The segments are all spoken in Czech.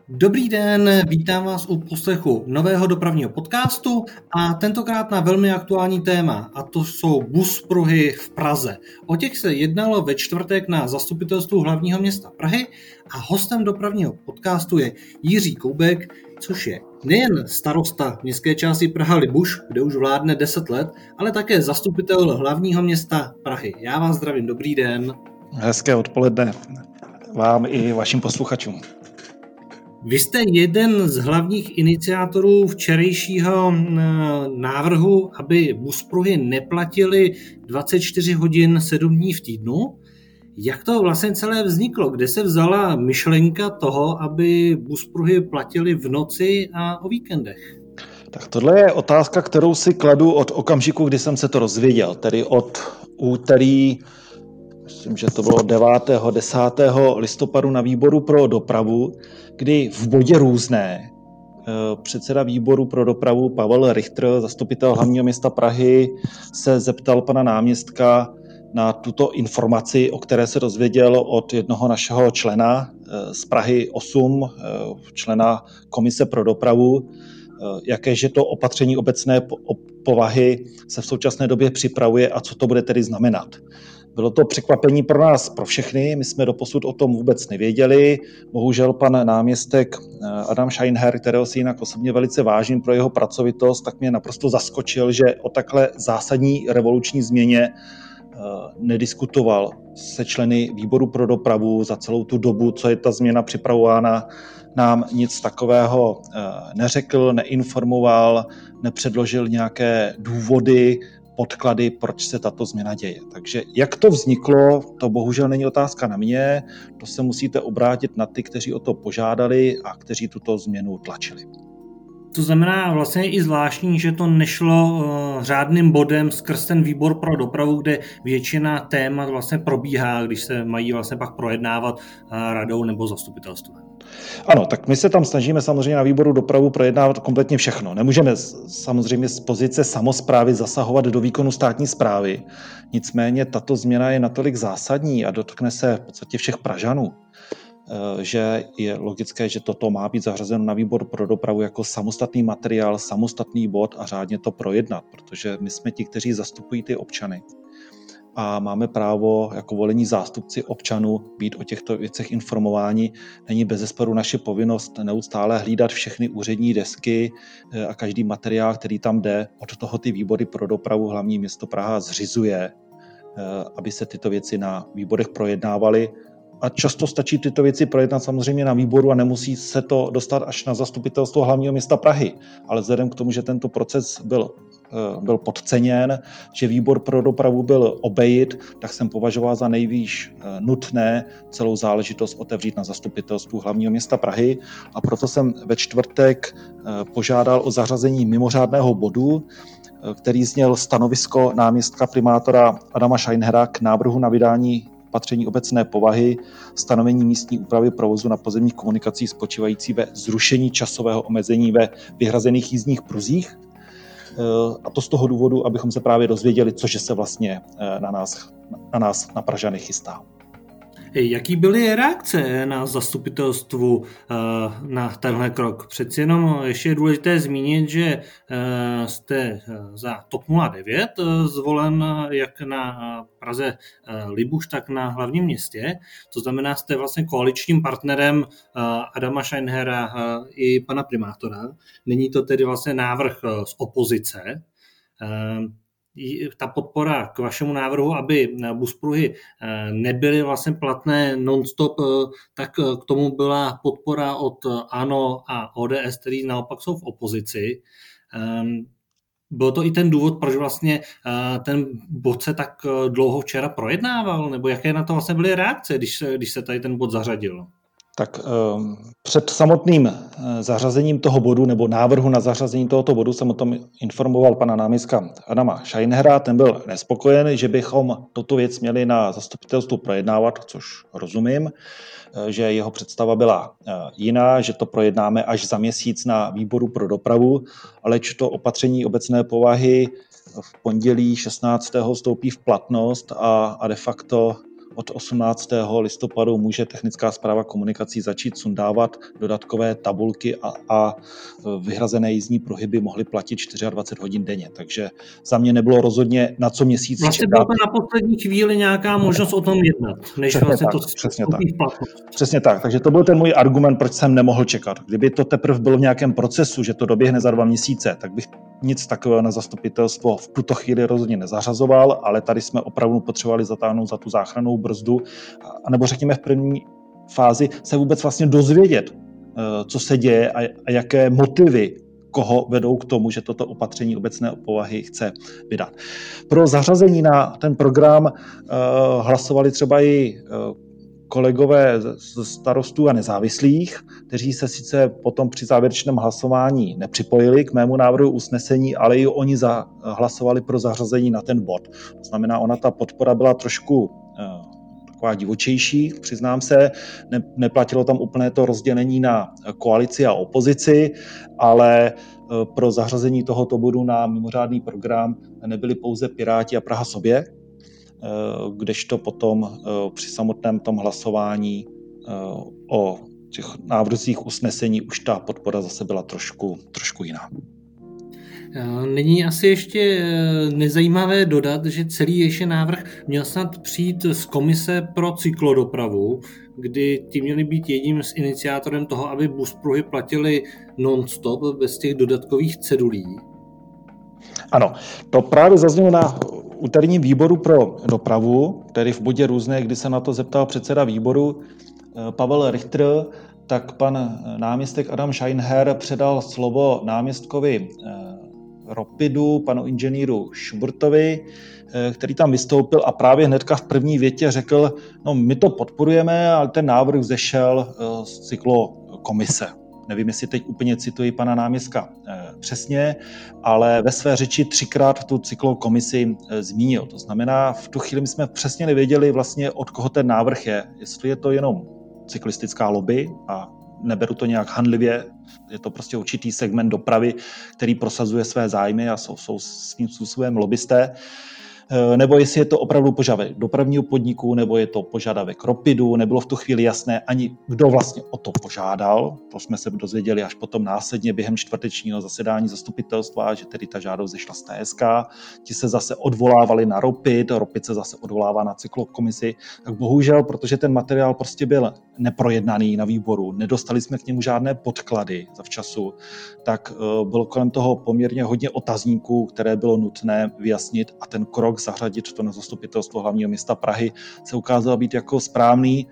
Dobrý den, vítám vás u poslechu nového dopravního podcastu a tentokrát na velmi aktuální téma, a to jsou buspruhy v Praze. O těch se jednalo ve čtvrtek na Zastupitelstvu hlavního města Prahy a hostem dopravního podcastu je Jiří Koubek, což je nejen starosta městské části Praha-Libuš, kde už vládne 10 let, ale také zastupitel hlavního města Prahy. Já vás zdravím, dobrý den. Hezké odpoledne vám i vašim posluchačům. Vy jste jeden z hlavních iniciátorů včerejšího návrhu, aby buspruhy neplatily 24 hodin 7 dní v týdnu. Jak to vlastně celé vzniklo? Kde se vzala myšlenka toho, aby buspruhy platily v noci a o víkendech? Tak tohle je otázka, kterou si kladu od okamžiku, kdy jsem se to dozvěděl, tedy od úterý, myslím, že to bylo 9. 10. listopadu na výboru pro dopravu, kdy v bodě různé předseda výboru pro dopravu Pavel Richter, zastupitel hlavního města Prahy, se zeptal pana náměstka na tuto informaci, o které se dozvěděl od jednoho našeho člena z Prahy 8, člena komise pro dopravu, jakéže to opatření obecné povahy se v současné době připravuje a co to bude tedy znamenat. Bylo to překvapení pro nás, pro všechny, my jsme doposud o tom vůbec nevěděli. Bohužel pan náměstek Adam Scheinherr, kterého si jinak osobně velice vážím pro jeho pracovitost, tak mě naprosto zaskočil, že o takhle zásadní revoluční změně nediskutoval se členy výboru pro dopravu za celou tu dobu, co je ta změna připravována, nám nic takového neřekl, neinformoval, nepředložil nějaké důvody, podklady, proč se tato změna děje. Takže jak to vzniklo, to bohužel není otázka na mě, to se musíte obrátit na ty, kteří o to požádali a kteří tuto změnu tlačili. To znamená vlastně i zvláštní, že to nešlo řádným bodem skrz ten výbor pro dopravu, kde většina témat vlastně probíhá, když se mají vlastně pak projednávat radou nebo zastupitelstvem. Ano, tak my se tam snažíme samozřejmě na výboru dopravu projednávat kompletně všechno. Nemůžeme samozřejmě z pozice samosprávy zasahovat do výkonu státní správy. Nicméně tato změna je natolik zásadní a dotkne se v podstatě všech Pražanů, že je logické, že toto má být zařazeno na výbor pro dopravu jako samostatný materiál, samostatný bod a řádně to projednat, protože my jsme ti, kteří zastupují ty občany. A máme právo jako volení zástupci občanů být o těchto věcech informováni. Není bezesporu naše povinnost neustále hlídat všechny úřední desky a každý materiál, který tam jde. Od toho ty výbory pro dopravu hlavní město Praha zřizuje, aby se tyto věci na výborech projednávaly. A často stačí tyto věci projednat samozřejmě na výboru a nemusí se to dostat až na zastupitelstvo hlavního města Prahy. Ale vzhledem k tomu, že tento proces byl podceněn, že výbor pro dopravu byl obejit, tak jsem považoval za nejvýš nutné celou záležitost otevřít na zastupitelstvu hlavního města Prahy a proto jsem ve čtvrtek požádal o zařazení mimořádného bodu, který zněl stanovisko náměstka primátora Adama Scheinherra k návrhu na vydání opatření obecné povahy, stanovení místní úpravy provozu na pozemních komunikacích spočívající ve zrušení časového omezení ve vyhrazených jízdních pruzích. A to z toho důvodu, abychom se právě dozvěděli, cože se vlastně na Pražany chystá. Jaký byly reakce na zastupitelstvu na tenhle krok? Přeci jenom ještě je důležité zmínit, že jste za TOP 09 zvolen jak na Praze Libuš, tak na hlavním městě. To znamená, jste vlastně koaličním partnerem Adama Scheinherra i pana primátora. Není to tedy vlastně návrh z opozice. Ta podpora k vašemu návrhu, aby buspruhy nebyly vlastně platné non-stop, tak k tomu byla podpora od ANO a ODS, který naopak jsou v opozici. Byl to i ten důvod, proč vlastně ten bod se tak dlouho včera projednával, nebo jaké na to vlastně byly reakce, když se tady ten bod zařadil? Tak před samotným zařazením toho bodu nebo návrhu na zařazení tohoto bodu jsem o tom informoval pana náměstka Adama Scheinherra. Ten byl nespokojen, že bychom tuto věc měli na zastupitelstvu projednávat, což rozumím, že jeho představa byla jiná, že to projednáme až za měsíc na výboru pro dopravu, ale to opatření obecné povahy v pondělí 16. vstoupí v platnost a de facto od 18. listopadu může technická správa komunikací začít sundávat dodatkové tabulky a vyhrazené jízdní pruhy by mohly platit 24 hodin denně. Takže za mě nebylo rozhodně na co měsíc vlastně čekat. Byla to na poslední chvíli nějaká možnost o tom jednat, než přesně vlastně tak, to přesně tak. Takže to byl ten můj argument, proč jsem nemohl čekat. Kdyby to teprve bylo v nějakém procesu, že to doběhne za 2 měsíce, tak bych nic takového na zastupitelstvo v tuto chvíli rozhodně nezařazoval, ale tady jsme opravdu potřebovali zatáhnout za tu záchrannou brzdu, anebo řekněme v první fázi se vůbec vlastně dozvědět, co se děje a jaké motivy koho vedou k tomu, že toto opatření obecné povahy chce vydat. Pro zařazení na ten program hlasovali třeba i kolegové z Starostů a nezávislých, kteří se sice potom při závěrečném hlasování nepřipojili k mému návrhu usnesení, ale i oni hlasovali pro zařazení na ten bod. To znamená, ona ta podpora byla trošku taková divočejší, přiznám se, neplatilo tam úplné to rozdělení na koalici a opozici, ale pro zařazení tohoto bodu na mimořádný program nebyli pouze Piráti a Praha sobě, kdežto potom při samotném tom hlasování o těch návrzích usnesení už ta podpora zase byla trošku jiná. Není asi ještě nezajímavé dodat, že celý ještě návrh měl snad přijít z komise pro cyklodopravu, kdy ti měli být jedním z iniciátorem toho, aby buspruhy platily non-stop bez těch dodatkových cedulí. Ano, to právě zaznělo na úterním výboru pro dopravu, tedy v bodě různé, kdy se na to zeptal předseda výboru Pavel Richter, tak pan náměstek Adam Scheinher předal slovo náměstkovi Ropidu, panu inženýru Šubrtovi, který tam vystoupil a právě hnedka v první větě řekl, no my to podporujeme, ale ten návrh vzešel z cyklokomise. Nevím, jestli teď úplně cituji pana náměstka přesně, ale ve své řeči 3krát tu cyklokomisi zmínil. To znamená, v tu chvíli my jsme přesně nevěděli vlastně, od koho ten návrh je. Jestli je to jenom cyklistická lobby a neberu to nějak hanlivě, je to prostě určitý segment dopravy, který prosazuje své zájmy a jsou s tím způsobem lobbysté, nebo jestli je to opravdu požadavek dopravního podniku, nebo je to požadavek Ropidu, nebylo v tu chvíli jasné ani, kdo vlastně o to požádal. To jsme se dozvěděli až potom následně během čtvrtečního zasedání zastupitelstva, že tedy ta žádost zešla z TSK. Ti se zase odvolávali na Ropid se zase odvolává na cyklokomisi. Tak bohužel, protože ten materiál prostě byl neprojednaný na výboru, nedostali jsme k němu žádné podklady zavčasu, tak bylo kolem toho poměrně hodně otazníků, které bylo nutné vyjasnit a ten krok zařadit to na zastupitelstvo hlavního města Prahy se ukázalo být jako správný,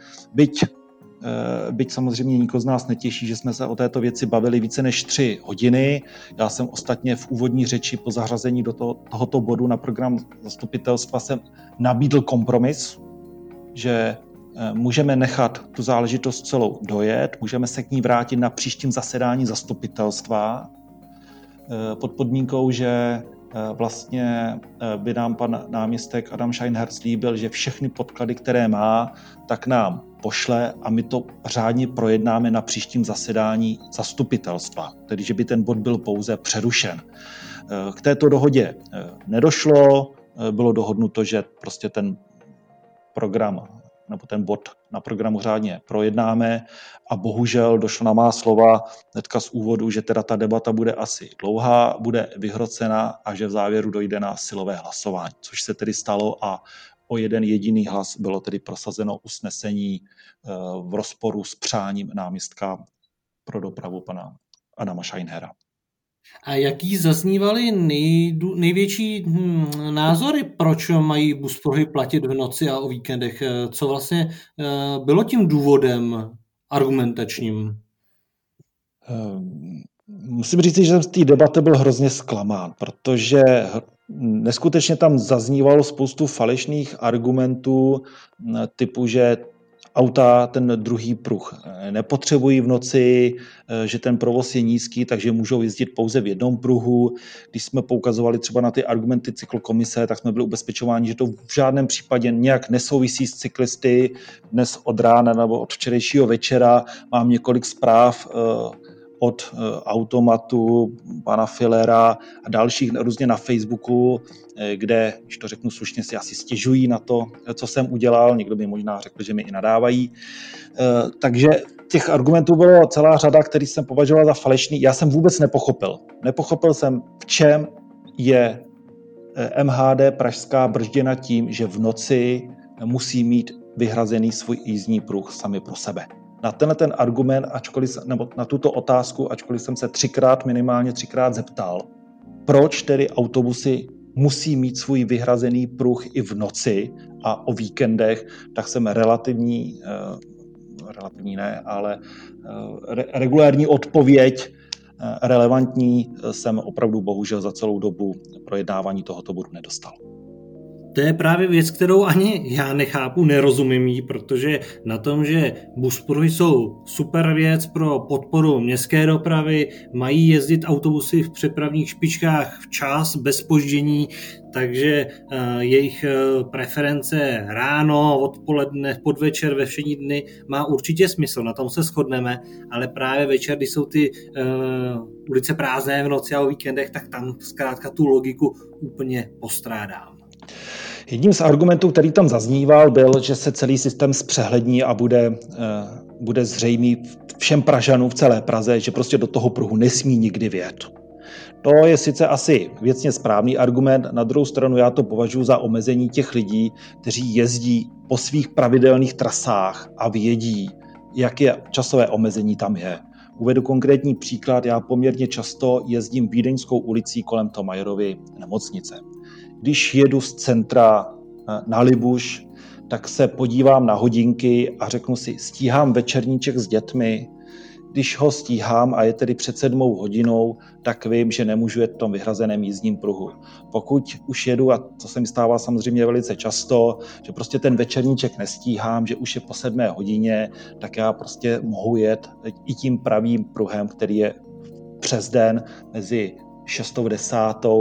byť samozřejmě nikoho z nás netěší, že jsme se o této věci bavili více než 3 hodiny. Já jsem ostatně v úvodní řeči po zařazení do tohoto bodu na program zastupitelstva jsem nabídl kompromis, že můžeme nechat tu záležitost celou dojet, můžeme se k ní vrátit na příštím zasedání zastupitelstva pod podmínkou, že vlastně by nám pan náměstek Adam Scheinher slíbil, že všechny podklady, které má, tak nám pošle a my to řádně projednáme na příštím zasedání zastupitelstva, tedy že by ten bod byl pouze přerušen. K této dohodě nedošlo, bylo dohodnuto, že prostě ten program nebo ten bod na programu řádně projednáme a bohužel došlo na má slova hnedka z úvodu, že teda ta debata bude asi dlouhá, bude vyhrocená a že v závěru dojde na silové hlasování, což se tedy stalo a o jeden jediný hlas bylo tedy prosazeno usnesení v rozporu s přáním náměstka pro dopravu pana Adama Scheinhera. A jaký zaznívaly největší názory, proč mají buspruhy platit v noci a o víkendech? Co vlastně bylo tím důvodem argumentačním? Musím říct, že jsem z té debaty byl hrozně zklamán, protože neskutečně tam zaznívalo spoustu falešných argumentů typu, že auta ten druhý pruh nepotřebují v noci, že ten provoz je nízký, takže můžou jezdit pouze v jednom pruhu. Když jsme poukazovali třeba na ty argumenty cyklokomise, tak jsme byli ubezpečováni, že to v žádném případě nějak nesouvisí s cyklisty. Dnes od rána nebo od včerejšího večera mám několik zpráv od Automatu, pana Fillera a dalších různě na Facebooku, kde, když to řeknu slušně, si asi stěžují na to, co jsem udělal. Někdo by možná řekl, že mi i nadávají. Takže těch argumentů bylo celá řada, který jsem považoval za falešný. Já jsem vůbec nepochopil. Nepochopil jsem, v čem je MHD pražská bržděna tím, že v noci musí mít vyhrazený svůj jízdní pruh sami pro sebe. Na tenhle ten argument, nebo na tuto otázku, ačkoliv jsem se minimálně třikrát zeptal, proč tedy autobusy musí mít svůj vyhrazený pruh i v noci a o víkendech, tak jsem regulární odpověď relevantní jsem opravdu bohužel za celou dobu projednávání tohoto bodu nedostal. To je právě věc, kterou ani já nechápu, nerozumím jí, protože na tom, že buspruhy jsou super věc pro podporu městské dopravy, mají jezdit autobusy v přepravních špičkách včas, bez zpoždění, takže jejich preference ráno, odpoledne, podvečer, ve všední dny má určitě smysl, na tom se shodneme, ale právě večer, když jsou ty ulice prázdné v noci a o víkendech, tak tam zkrátka tu logiku úplně postrádám. Jedním z argumentů, který tam zazníval, byl, že se celý systém zpřehlední a bude zřejmý všem Pražanům v celé Praze, že prostě do toho pruhu nesmí nikdy vjet. To je sice asi věcně správný argument, na druhou stranu já to považuji za omezení těch lidí, kteří jezdí po svých pravidelných trasách a vědí, jaké časové omezení tam je. Uvedu konkrétní příklad, já poměrně často jezdím Vídeňskou ulicí kolem Thomayerovy nemocnice. Když jedu z centra na Libuš, tak se podívám na hodinky a řeknu si, stíhám večerníček s dětmi. Když ho stíhám a je tedy před 7 hodinou, tak vím, že nemůžu jet v tom vyhrazeném jízdním pruhu. Pokud už jedu, a to se mi stává samozřejmě velice často, že prostě ten večerníček nestíhám, že už je po 7 hodině, tak já prostě mohu jet i tím pravým pruhem, který je přes den mezi 6., 10.,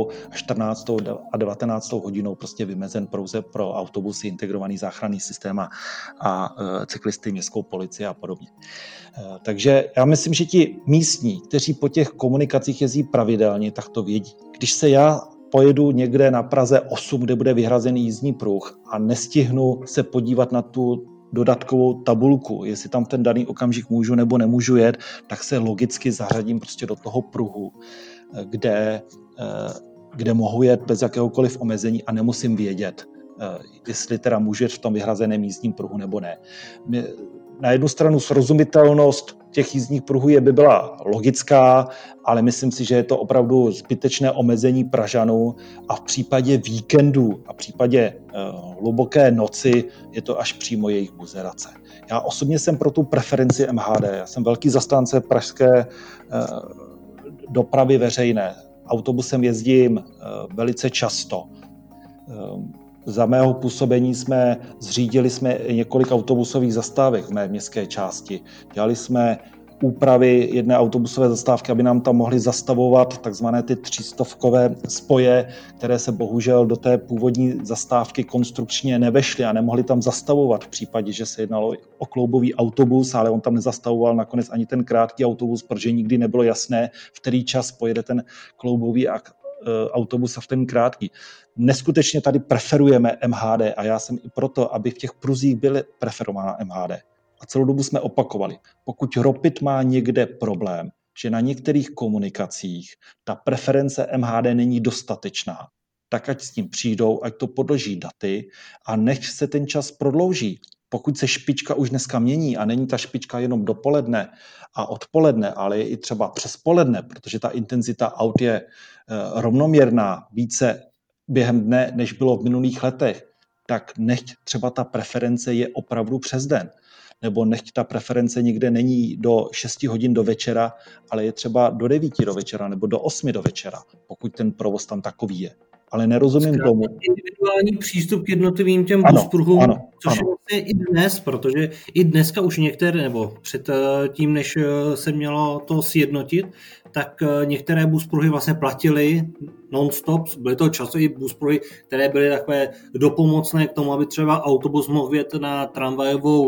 14. a 19. hodinou prostě vymezen pouze pro autobusy, integrovaný záchranný systém a cyklisty, městskou policii a podobně. Takže já myslím, že ti místní, kteří po těch komunikacích jezdí pravidelně, tak to vědí. Když se já pojedu někde na Praze 8, kde bude vyhrazený jízdní pruh a nestihnu se podívat na tu dodatkovou tabulku, jestli tam v ten daný okamžik můžu nebo nemůžu jet, tak se logicky zařadím prostě do toho pruhu, kde mohu jet bez jakéhokoliv omezení a nemusím vědět, jestli teda můžu jet v tom vyhrazeném jízdním pruhu nebo ne. Na jednu stranu srozumitelnost těch jízdních pruhů by byla logická, ale myslím si, že je to opravdu zbytečné omezení Pražanů a v případě víkendů a v případě hluboké noci je to až přímo jejich buzerace. Já osobně jsem pro tu preferenci MHD, já jsem velký zastánce pražské dopravy veřejné. Autobusem jezdím velice často. Za mého působení zřídili jsme několik autobusových zastávek v mé městské části. Dělali jsme úpravy jedné autobusové zastávky, aby nám tam mohli zastavovat takzvané ty 300kové spoje, které se bohužel do té původní zastávky konstrukčně nevešly a nemohli tam zastavovat v případě, že se jednalo o kloubový autobus, ale on tam nezastavoval nakonec ani ten krátký autobus, protože nikdy nebylo jasné, v který čas pojede ten kloubový autobus a v ten krátký. Neskutečně tady preferujeme MHD a já jsem i proto, aby v těch pruzích byly preferována MHD. A celou dobu jsme opakovali, pokud Ropit má někde problém, že na některých komunikacích ta preference MHD není dostatečná, tak ať s tím přijdou, ať to podloží daty a nech se ten čas prodlouží. Pokud se špička už dneska mění a není ta špička jenom dopoledne a odpoledne, ale je i třeba přes poledne, protože ta intenzita aut je rovnoměrná více během dne, než bylo v minulých letech, tak nechť třeba ta preference je opravdu přes den. Nebo nechť ta preference někde není do 6 hodin do večera, ale je třeba do 9 do večera nebo do 8 do večera, pokud ten provoz tam takový je. Ale nerozumím tomu. Individuální přístup k jednotlivým těm buspruhům, což je vlastně i dnes, protože i dneska už některé, nebo před tím, než se mělo to sjednotit, tak některé buspruhy vlastně platily non-stop, byly to často i buspruhy, které byly takové dopomocné k tomu, aby třeba autobus mohl jet na tramvajovou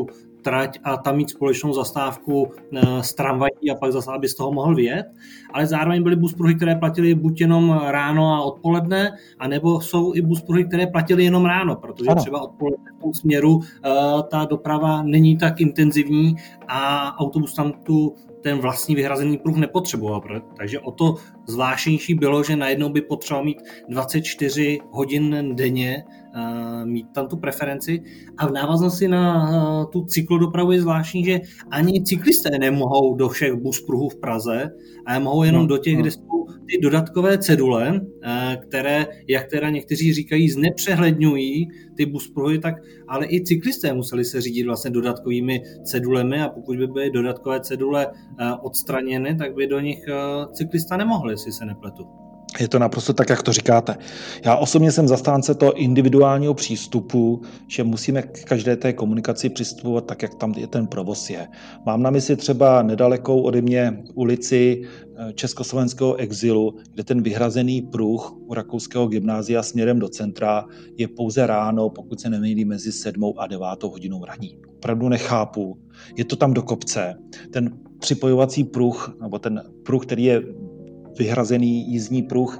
trať a tam mít společnou zastávku s tramvají a pak zase, aby z toho mohl vyjet. Ale zároveň byly buspruhy, které platily buď jenom ráno a odpoledne, anebo jsou i buspruhy, které platily jenom ráno, protože třeba odpoledne v tom směru ta doprava není tak intenzivní a autobus tam ten vlastní vyhrazený pruh nepotřeboval. Takže o to zvláštnější bylo, že najednou by potřeboval mít 24 hodin denně, mít tam tu preferenci. A v návaznosti na tu cyklodopravu je zvláštní, že ani cyklisté nemohou do všech buspruhů v Praze, ale mohou jenom do těch, kde jsou ty dodatkové cedule, které, jak teda někteří říkají, znepřehledňují ty buspruhy, tak ale i cyklisté museli se řídit vlastně dodatkovými cedulemi a pokud by byly dodatkové cedule odstraněny, tak by do nich cyklista nemohl, jestli se nepletu. Je to naprosto tak, jak to říkáte. Já osobně jsem zastánce toho individuálního přístupu, že musíme k každé té komunikaci přistupovat tak, jak tam je ten provoz je. Mám na mysli třeba nedalekou ode mě ulici Československého exilu, kde ten vyhrazený pruh u rakouského gymnázia směrem do centra je pouze ráno, pokud se nemýlím, mezi 7 a 9 hodinou raní. Opravdu nechápu. Je to tam do kopce. Ten připojovací pruh, nebo ten pruh, který je vyhrazený jízdní pruh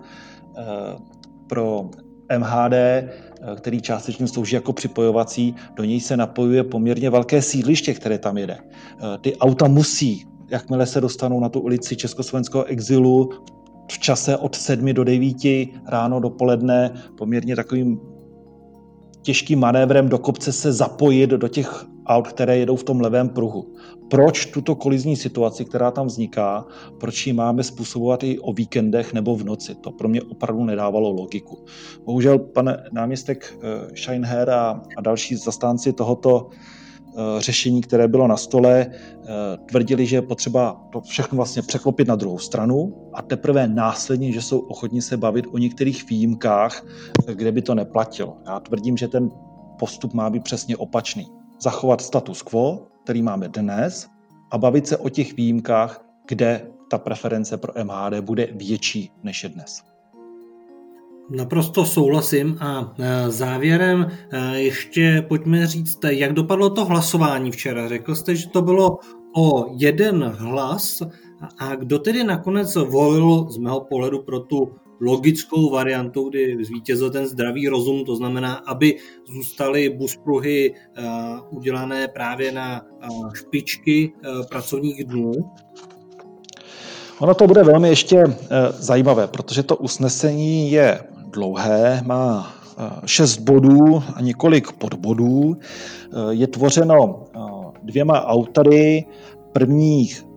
pro MHD, který částečně slouží jako připojovací, do něj se napojuje poměrně velké sídliště, které tam jede. Ty auta musí, jakmile se dostanou na tu ulici Československého exilu, v čase od 7 do 9 ráno, dopoledne, poměrně takovým těžkým manévrem do kopce se zapojit do těch aut, které jedou v tom levém pruhu. Proč tuto kolizní situaci, která tam vzniká, proč ji máme způsobovat i o víkendech nebo v noci? To pro mě opravdu nedávalo logiku. Bohužel pan náměstek Scheinher a další zastánci tohoto řešení, které bylo na stole, tvrdili, že je potřeba to všechno vlastně překlopit na druhou stranu a teprve následně, že jsou ochotní se bavit o některých výjimkách, kde by to neplatilo. Já tvrdím, že ten postup má být přesně opačný. Zachovat status quo, který máme dnes, a bavit se o těch výjimkách, kde ta preference pro MHD bude větší než je dnes. Naprosto souhlasím a závěrem ještě pojďme říct, jak dopadlo to hlasování včera. Řekl jste, že to bylo o 1 hlas a kdo tedy nakonec volil z mého pohledu pro tu logickou variantu, kdy zvítězil ten zdravý rozum, to znamená, aby zůstaly buspruhy udělané právě na špičky pracovních dnů? Ono to bude velmi ještě zajímavé, protože to usnesení je dlouhé, má 6 bodů a několik podbodů. Je tvořeno 2 autory, prvních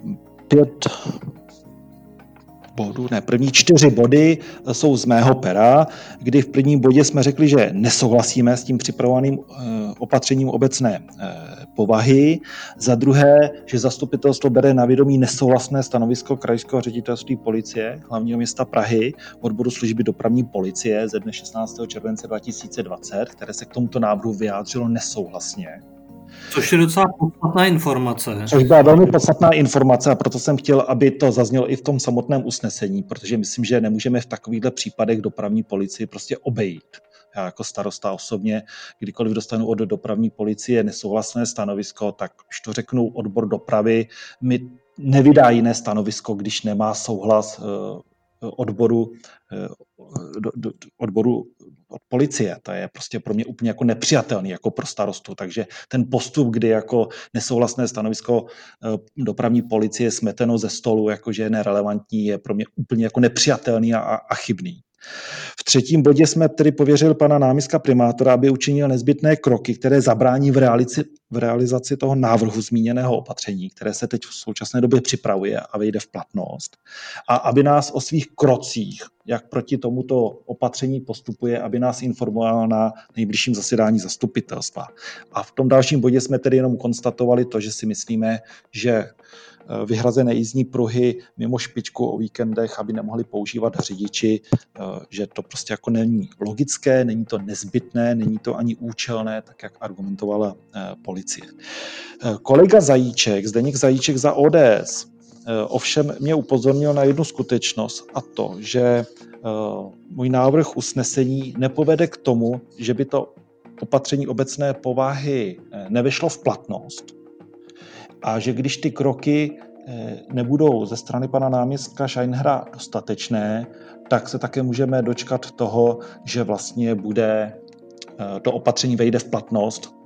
4 body jsou z mého pera, kdy v prvním bodě jsme řekli, že nesouhlasíme s tím připravovaným opatřením obecné povahy. Za druhé, že zastupitelstvo bere na vědomí nesouhlasné stanovisko Krajského ředitelství policie hlavního města Prahy, odboru služby dopravní policie ze dne 16. července 2020, které se k tomuto návrhu vyjádřilo nesouhlasně. Což je docela podstatná informace. Což byla velmi podstatná informace a proto jsem chtěl, aby to zaznělo i v tom samotném usnesení, protože myslím, že nemůžeme v takovýchto případech dopravní policii prostě obejít. Já jako starosta osobně, kdykoliv dostanu od dopravní policie nesouhlasné stanovisko, tak už to řeknu, odbor dopravy mi nevydá jiné stanovisko, když nemá souhlas odboru od policie. To je prostě pro mě úplně jako nepřijatelný jako pro starostu. Takže ten postup, kdy jako nesouhlasné stanovisko dopravní policie smeteno ze stolu, jakože je nerelevantní, je pro mě úplně jako nepřijatelný a chybný. V třetím bodě jsme tedy pověřili pana náměstka primátora, aby učinil nezbytné kroky, které zabrání v realizaci toho návrhu zmíněného opatření, které se teď v současné době připravuje a vejde v platnost. A aby nás o svých krocích, jak proti tomuto opatření postupuje, aby nás informoval na nejbližším zasedání zastupitelstva. A v tom dalším bodě jsme tedy jenom konstatovali to, že si myslíme, že vyhrazené jízdní pruhy mimo špičku o víkendech, aby nemohli používat řidiči, že to prostě jako není logické, není to nezbytné, není to ani účelné, tak jak argumentovala policie. Kolega Zajíček, Zdeněk Zajíček za ODS, ovšem mě upozornil na jednu skutečnost a to, že můj návrh usnesení nepovede k tomu, že by to opatření obecné povahy nevyšlo v platnost a že když ty kroky nebudou ze strany pana náměstka Scheinera dostatečné, tak se také můžeme dočkat toho, že vlastně bude to opatření vejde v platnost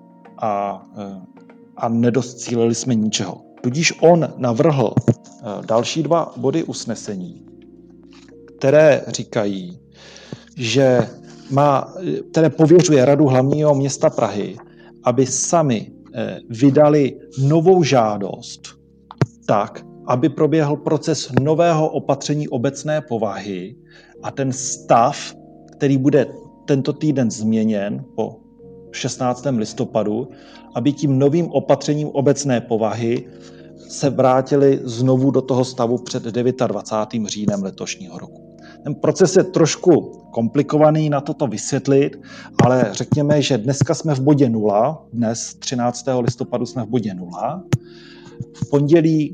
a nedocílili jsme ničeho. Tudíž on navrhl další 2 body usnesení, které říkají, že které pověřuje Radu hlavního města Prahy, aby sami vydali novou žádost tak, aby proběhl proces nového opatření obecné povahy a ten stav, který bude tento týden změněn po 16. listopadu, aby tím novým opatřením obecné povahy se vrátili znovu do toho stavu před 29. říjnem letošního roku. Ten proces je trošku komplikovaný na toto vysvětlit, ale řekněme, že dneska jsme v bodě 0, dnes 13. listopadu jsme v bodě 0. V pondělí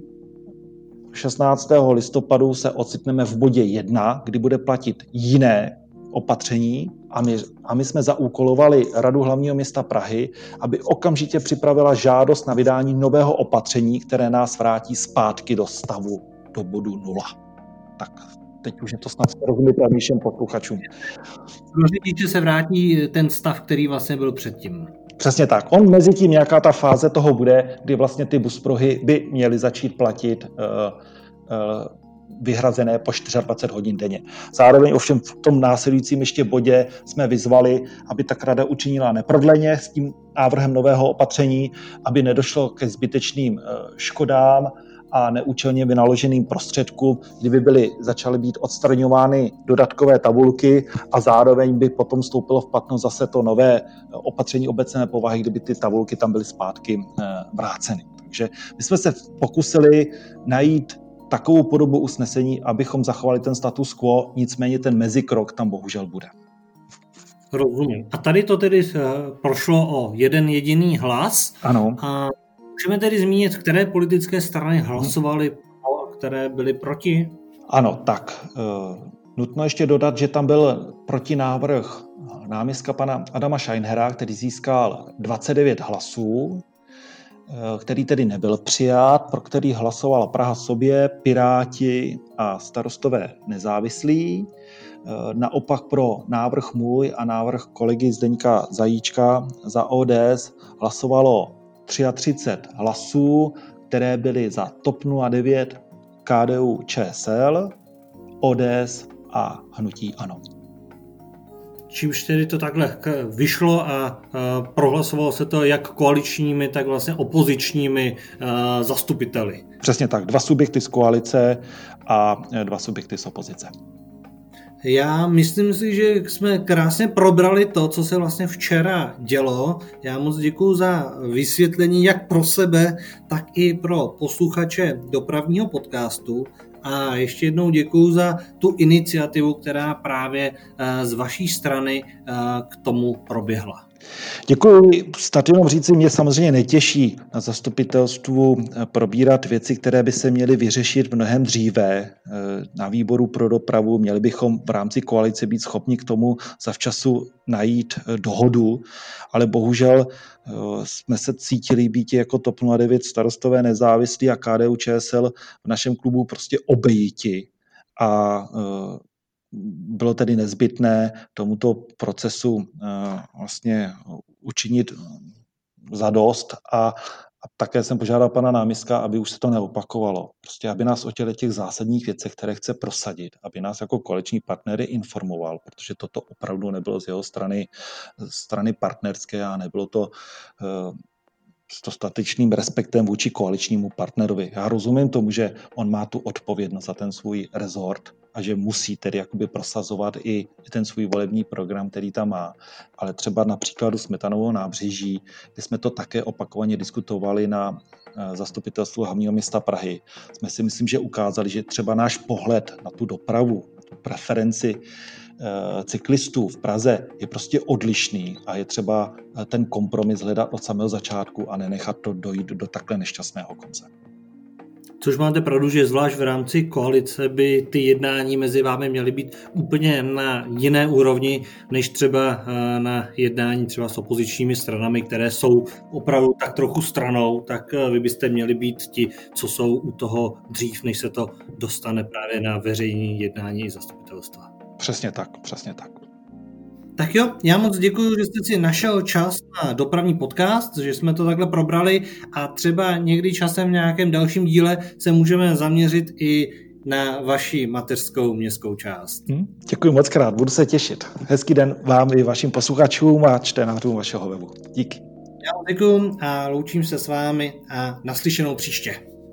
16. listopadu se ocitneme v bodě 1, kdy bude platit jiné opatření a my jsme zaúkolovali Radu hlavního města Prahy, aby okamžitě připravila žádost na vydání nového opatření, které nás vrátí zpátky do stavu, do bodu 0. Tak teď už je to snad srozumitelnějším posluchačům. Že se vrátí ten stav, který vlastně byl předtím. Přesně tak. On mezi tím nějaká ta fáze toho bude, kdy vlastně ty buspruhy by měly začít platit vyhrazené po 24 hodin denně. Zároveň ovšem v tom následujícím ještě bodě jsme vyzvali, aby tak rada učinila neprodleně s tím návrhem nového opatření, aby nedošlo ke zbytečným škodám a neúčelně vynaloženým prostředkům, kdyby začaly být odstraňovány dodatkové tabulky a zároveň by potom vstoupilo v platnost zase to nové opatření obecné povahy, kdyby ty tabulky tam byly zpátky vráceny. Takže my jsme se pokusili najít takovou podobu usnesení, abychom zachovali ten status quo, nicméně ten mezikrok tam bohužel bude. Rozumím. A tady to tedy prošlo o jeden jediný hlas. Ano. A můžeme tedy zmínit, které politické strany hlasovaly pro a které byly proti? Ano, tak nutno ještě dodat, že tam byl protinávrh náměstka pana Adama Scheinera, který získal 29 hlasů, který tedy nebyl přijat, pro který hlasovala Praha sobě, Piráti a Starostové nezávislí. Naopak pro návrh můj a návrh kolegy Zdeňka Zajíčka za ODS hlasovalo 33 hlasů, které byly za TOP 09, KDU, ČSL, ODS a hnutí ANO. Čímž tedy to takhle vyšlo a prohlasovalo se to jak koaličními, tak vlastně opozičními zastupiteli. Přesně tak, 2 subjekty z koalice a 2 subjekty z opozice. Já myslím si, že jsme krásně probrali to, co se vlastně včera dělo. Já moc děkuju za vysvětlení jak pro sebe, tak i pro posluchače dopravního podcastu. A ještě jednou děkuju za tu iniciativu, která právě z vaší strany k tomu proběhla. Děkuji. Snad jenom říci, mě samozřejmě netěší na zastupitelstvu probírat věci, které by se měly vyřešit mnohem dříve na výboru pro dopravu. Měli bychom v rámci koalice být schopni k tomu zavčasu najít dohodu, ale bohužel jsme se cítili být jako TOP 09, Starostové nezávislí a KDU ČSL v našem klubu prostě obejiti a bylo tedy nezbytné tomuto procesu vlastně učinit zadost a také jsem požádal pana náměstka, aby už se to neopakovalo. Prostě aby nás o těch zásadních věcech, které chce prosadit, aby nás jako koaliční partnery informoval, protože toto opravdu nebylo z jeho strany partnerské a nebylo to s dostatečným respektem vůči koaličnímu partnerovi. Já rozumím tomu, že on má tu odpovědnost za ten svůj rezort a že musí tedy jakoby prosazovat i ten svůj volební program, který tam má. Ale třeba na příkladu Smetanového nábřeží, kde jsme to také opakovaně diskutovali na zastupitelstvu hlavního města Prahy, jsme si myslím, že ukázali, že třeba náš pohled na tu dopravu, na tu preferenci cyklistů v Praze je prostě odlišný a je třeba ten kompromis hledat od samého začátku a nenechat to dojít do takhle nešťastného konce. Což máte pravdu, že zvlášť v rámci koalice by ty jednání mezi vámi měly být úplně na jiné úrovni, než třeba na jednání třeba s opozičními stranami, které jsou opravdu tak trochu stranou, tak vy byste měli být ti, co jsou u toho dřív, než se to dostane právě na veřejné jednání zastupitelstva. Přesně tak, přesně tak. Tak jo, já moc děkuji, že jste si našel čas na dopravní podcast, že jsme to takhle probrali a třeba někdy časem v nějakém dalším díle se můžeme zaměřit i na vaši mateřskou městskou část. Děkuji moc krát, budu se těšit. Hezký den vám i vašim posluchačům a čtenářům vašeho webu. Díky. Já vám děkuji a loučím se s vámi a naslyšenou příště.